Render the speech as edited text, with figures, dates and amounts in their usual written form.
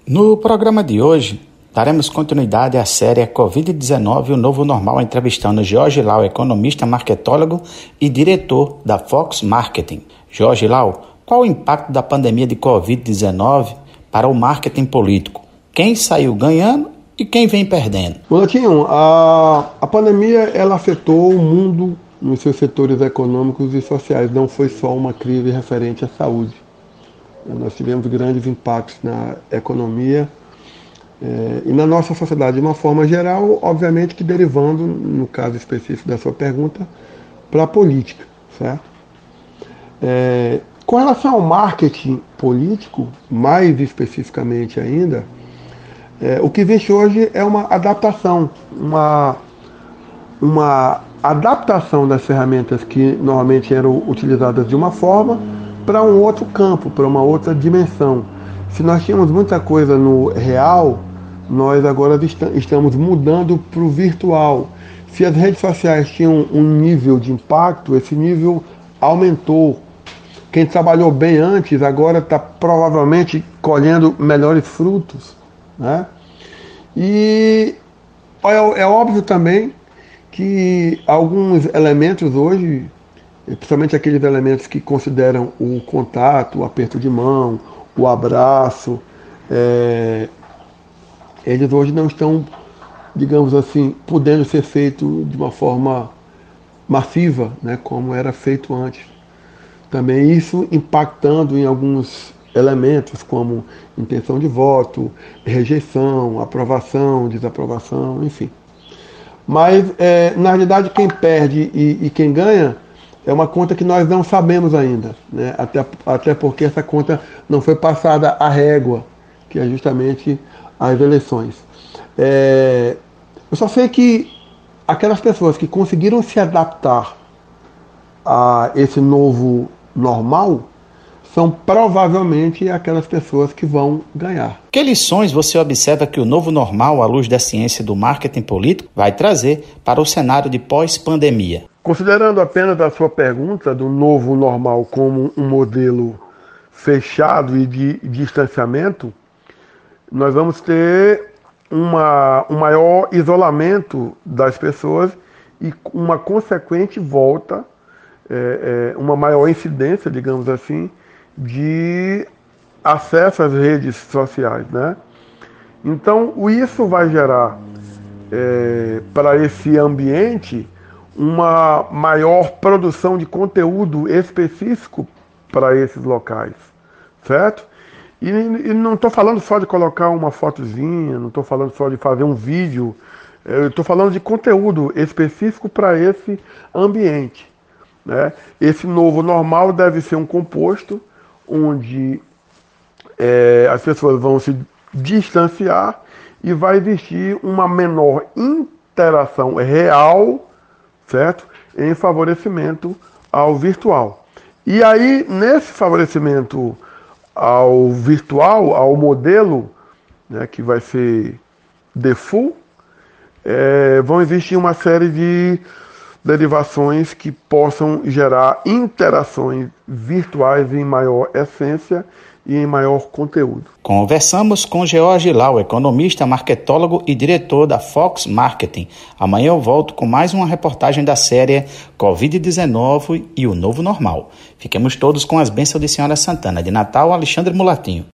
No programa de hoje, daremos continuidade à série Covid-19 e o Novo Normal, entrevistando Jorge Lau, economista, marketólogo e diretor da Fox Marketing. Jorge Lau, qual o impacto da pandemia de Covid-19 para o marketing político? Quem saiu ganhando e quem vem perdendo? Latinho, a pandemia ela afetou o mundo nos seus setores econômicos e sociais. Não foi só uma crise referente à saúde. Nós tivemos grandes impactos na economia e na nossa sociedade de uma forma geral, obviamente que derivando, no caso específico da sua pergunta, para a política, certo? Com relação ao marketing político, mais especificamente ainda, o que existe hoje é uma adaptação, uma adaptação das ferramentas que normalmente eram utilizadas de uma forma para um outro campo, para uma outra dimensão. Se nós tínhamos muita coisa no real, nós agora estamos mudando para o virtual. Se as redes sociais tinham um nível de impacto, esse nível aumentou. Quem trabalhou bem antes agora está provavelmente colhendo melhores frutos, né? E é óbvio também que alguns elementos hoje, principalmente aqueles elementos que consideram o contato, o aperto de mão, o abraço, eles hoje não estão, digamos assim, podendo ser feito de uma forma massiva, né, como era feito antes. Também isso impactando em alguns elementos como intenção de voto, rejeição, aprovação, desaprovação, enfim. Mas, na realidade, quem perde e quem ganha é uma conta que nós não sabemos ainda, né? Até porque essa conta não foi passada à régua, que é justamente as eleições. Eu só sei que aquelas pessoas que conseguiram se adaptar a esse novo normal são provavelmente aquelas pessoas que vão ganhar. Que lições você observa que o novo normal, à luz da ciência do marketing político, vai trazer para o cenário de pós-pandemia? Considerando apenas a sua pergunta do novo normal como um modelo fechado e de distanciamento, nós vamos ter um maior isolamento das pessoas e uma consequente volta, uma maior incidência, digamos assim, de acesso às redes sociais, né? Então, isso vai gerar para esse ambiente uma maior produção de conteúdo específico para esses locais, certo? E não estou falando só de colocar uma fotozinha, não estou falando só de fazer um vídeo, eu estou falando de conteúdo específico para esse ambiente, né? Esse novo normal deve ser um composto onde as pessoas vão se distanciar e vai existir uma menor interação real, certo? Em favorecimento ao virtual. E aí, nesse favorecimento ao virtual, ao modelo, né, que vai ser default, vão existir uma série de derivações que possam gerar interações virtuais em maior essência e em maior conteúdo. Conversamos com Jorge Lau, economista, marketólogo e diretor da Fox Marketing. Amanhã eu volto com mais uma reportagem da série Covid-19 e o Novo Normal. Fiquemos todos com as bênçãos de Senhora Santana. De Natal, Alexandre Mulatinho.